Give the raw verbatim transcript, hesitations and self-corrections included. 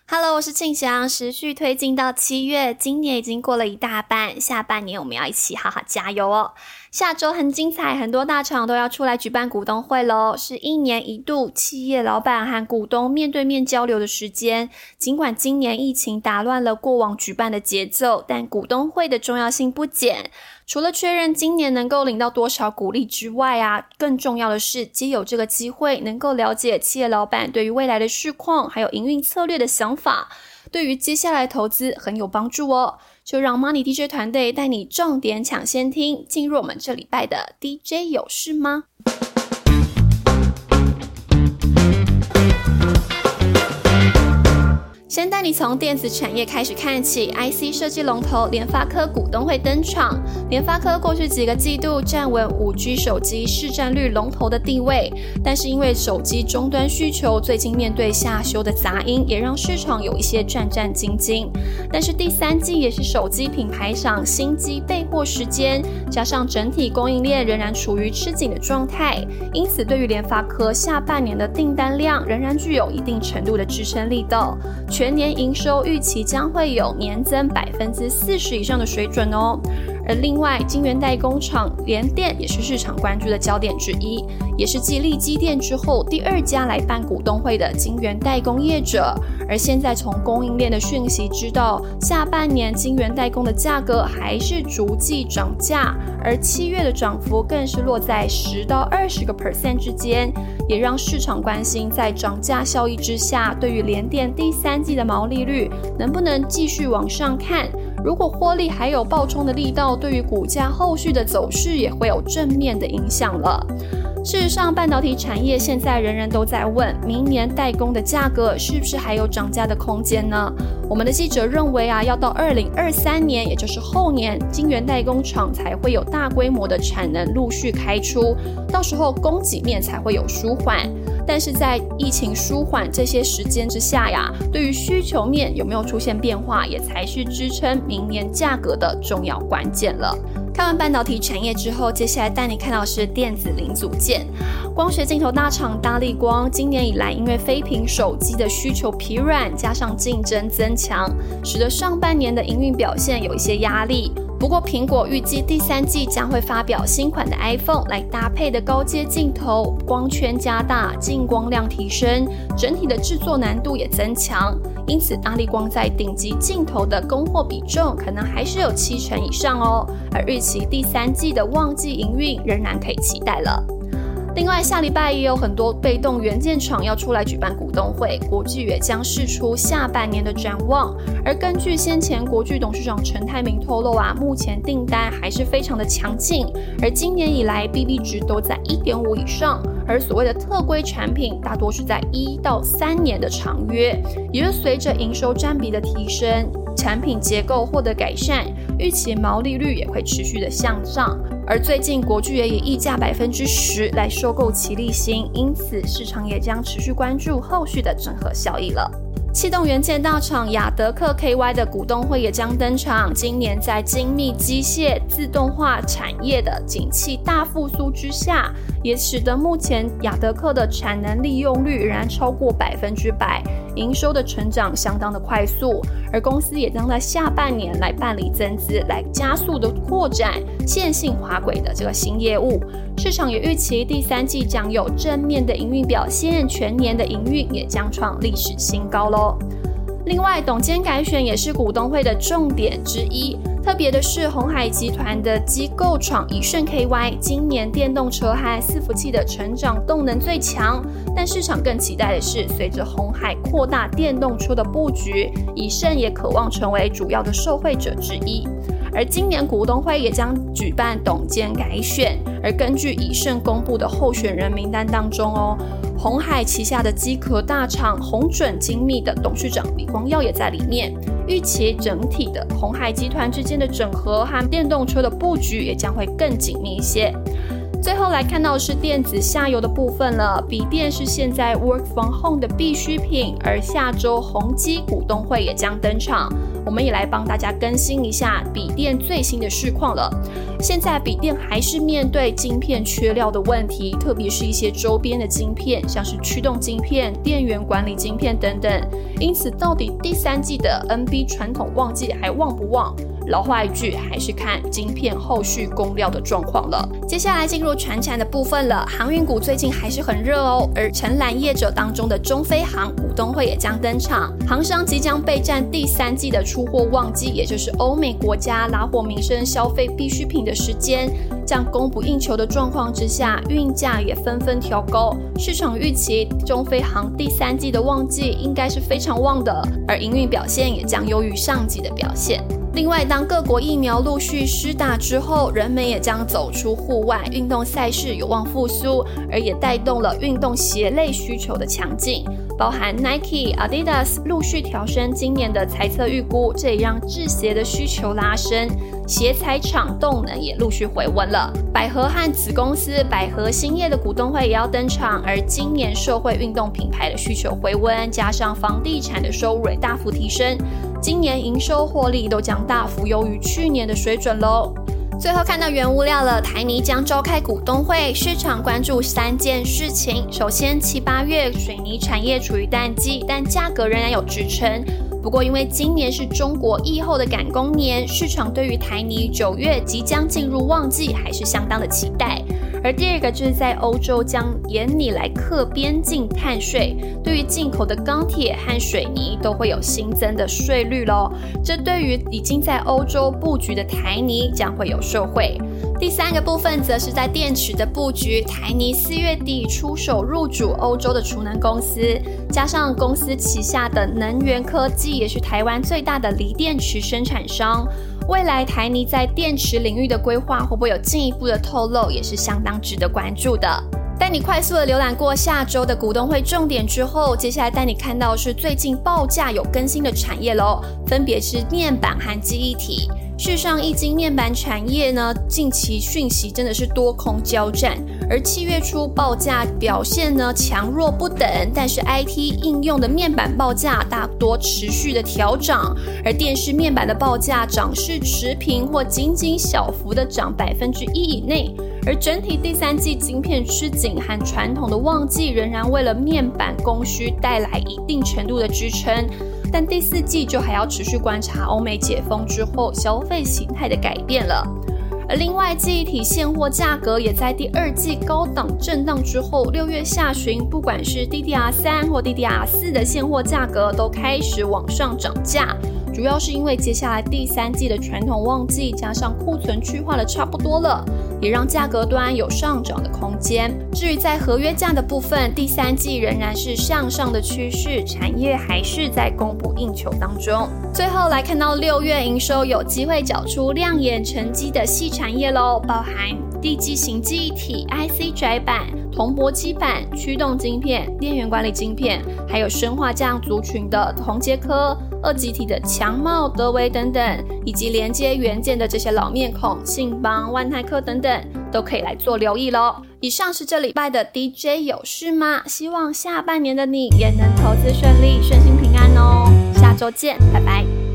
Hello， 我是庆祥。时序推进到七月，今年已经过了一大半，下半年我们要一起好好加油哦。下周很精彩，很多大厂都要出来举办股东会咯，是一年一度企业老板和股东面对面交流的时间。尽管今年疫情打乱了过往举办的节奏，但股东会的重要性不减。除了确认今年能够领到多少股利之外啊，更重要的是藉由这个机会能够了解企业老板对于未来的市况还有营运策略的想法，对于接下来投资很有帮助哦。就让 Money D J 团队带你重点抢先听，进入我们这礼拜的 D J 有事吗？先带你从电子产业开始看起 ，I C 设计龙头联发科股东会登场。联发科过去几个季度站稳 五 G 手机市占率龙头的地位，但是因为手机终端需求最近面对下修的杂音，也让市场有一些战战兢兢。但是第三季也是手机品牌厂新机备货时间，加上整体供应链仍然处于吃紧的状态，因此对于联发科下半年的订单量仍然具有一定程度的支撑力道。全年营收预期将会有年增 百分之四十 以上的水准哦。而另外，晶圆代工厂联电也是市场关注的焦点之一，也是继力积电之后第二家来办股东会的晶圆代工业者。而现在从供应链的讯息知道，下半年晶圆代工的价格还是逐季涨价，而七月的涨幅更是落在十到二十个 percent 之间，也让市场关心在涨价效益之下，对于联电第三季的毛利率能不能继续往上看。如果获利还有爆冲的力道，对于股价后续的走势也会有正面的影响了。事实上，半导体产业现在人人都在问，明年代工的价格是不是还有涨价的空间呢？我们的记者认为啊，要到二零二三年，也就是后年，晶圆代工厂才会有大规模的产能陆续开出，到时候供给面才会有舒缓。但是在疫情舒缓这些时间之下呀，对于需求面有没有出现变化，也才是支撑明年价格的重要关键了。看完半导体产业之后，接下来带你看到是电子零组件。光学镜头大厂大立光今年以来因为非屏手机的需求疲软，加上竞争增强，使得上半年的营运表现有一些压力。不过苹果预计第三季将会发表新款的 iPhone 来搭配的高阶镜头，光圈加大，净光量提升，整体的制作难度也增强，因此大立光在顶级镜头的供货比重可能还是有七成以上哦，而预期第三季的旺季营运仍然可以期待了。另外，下礼拜也有很多被动元件厂要出来举办股东会，国巨也将释出下半年的展望。而根据先前国巨董事长陈泰明透露啊，目前订单还是非常的强劲，而今年以来 B B 值都在 一点五 以上，而所谓的特规产品大多是在一到三年的长约，也就随着营收占比的提升，产品结构获得改善，预期毛利率也会持续的向上。而最近国巨也以溢价 百分之十 来收购奇力新，因此市场也将持续关注后续的整合效益了。气动元件大厂亚德克 K Y 的股东会也将登场。今年在精密机械自动化产业的景气大复苏之下，也使得目前亚德克的产能利用率仍然超过百分之百，营收的成长相当的快速。而公司也将在下半年来办理增资，来加速的扩展线性滑轨的这个新业务。市场也预期第三季将有正面的营运表现，全年的营运也将创历史新高咯。另外，董监改选也是股东会的重点之一。特别的是，鸿海集团的机构厂以盛 K Y 今年电动车和伺服器的成长动能最强，但市场更期待的是，随着鸿海扩大电动车的布局，以盛也渴望成为主要的受惠者之一。而今年股东会也将举办董监改选，而根据以盛公布的候选人名单当中哦，鸿海旗下的机壳大厂鸿准精密的董事长李光耀也在里面。预期整体的鸿海集团之间的整合和电动车的布局也将会更紧密一些。 最后来看到的是电子下游的部分了，笔电是现在 work from home 的必需品，而下周宏基股东会也将登场，我们也来帮大家更新一下笔电最新的市况了。现在笔电还是面对晶片缺料的问题，特别是一些周边的晶片，像是驱动晶片、电源管理晶片等等。因此到底第三季的 N B 传统旺季还旺不旺？老话一句，还是看晶片后续供料的状况了。接下来进入传产的部分了，航运股最近还是很热哦，而承揽业者当中的中飞航股东会也将登场，航商即将备战第三季的出货旺季，也就是欧美国家拉货民生消费必需品的时间。这样供不应求的状况之下，运价也纷纷调高，市场预期中飞航第三季的旺季应该是非常旺的，而营运表现也将优于上季的表现。另外，当各国疫苗陆续施打之后，人们也将走出户外，运动赛事有望复苏，而也带动了运动鞋类需求的强劲，包含 Nike、Adidas 陆续调升今年的财测预估，这也让制鞋的需求拉升，鞋材厂动能也陆续回温了。百合和子公司百合兴业的股东会也要登场，而今年社会运动品牌的需求回温，加上房地产的收入也大幅提升，今年营收获利都将大幅优于去年的水准咯。最后看到原物料了，台泥将召开股东会，市场关注三件事情。首先，七八月水泥产业处于淡季，但价格仍然有支撑。不过因为今年是中国疫后的赶工年，市场对于台泥九月即将进入旺季还是相当的期待。而第二个就是在欧洲将沿你来课边境碳税，对于进口的钢铁和水泥都会有新增的税率咯，这对于已经在欧洲布局的台泥将会有受惠。第三个部分则是在电池的布局，台泥四月底出手入主欧洲的储能公司，加上公司旗下的能源科技也是台湾最大的锂电池生产商，未来台泥在电池领域的规划会不会有进一步的透露，也是相当值得关注的。带你快速的浏览过下周的股东会重点之后，接下来带你看到的是最近报价有更新的产业咯，分别是面板和记忆体。事实上，液晶面板产业呢，近期讯息真的是多空交战，而七月初报价表现呢强弱不等，但是 I T 应用的面板报价大多持续的调涨，而电视面板的报价涨势持平或仅仅小幅的涨百分之一以内。而整体第三季晶片吃紧和传统的旺季仍然为了面板供需带来一定程度的支撑，但第四季就还要持续观察欧美解封之后消费形态的改变了。而另外，记忆体现货价格也在第二季高档震荡之后，六月下旬不管是 D D R 三 或 D D R 四 的现货价格都开始往上涨价，主要是因为接下来第三季的传统旺季加上库存去化的差不多了，也让价格端有上涨的空间。至于在合约价的部分，第三季仍然是向上的趋势，产业还是在供不应求当中。最后来看到六月营收有机会缴出亮眼成绩的细产业咯，包含地基型记忆体、I C 载板、铜箔基板、驱动晶片、电源管理晶片，还有砷化镓族群的宏捷科、二极体的强茂、德微等等，以及连接元件的这些老面孔信邦、万泰科等等，都可以来做留意咯。以上是这礼拜的 D J 有事吗？希望下半年的你也能投资顺利、顺心平安哦。下周见，拜拜。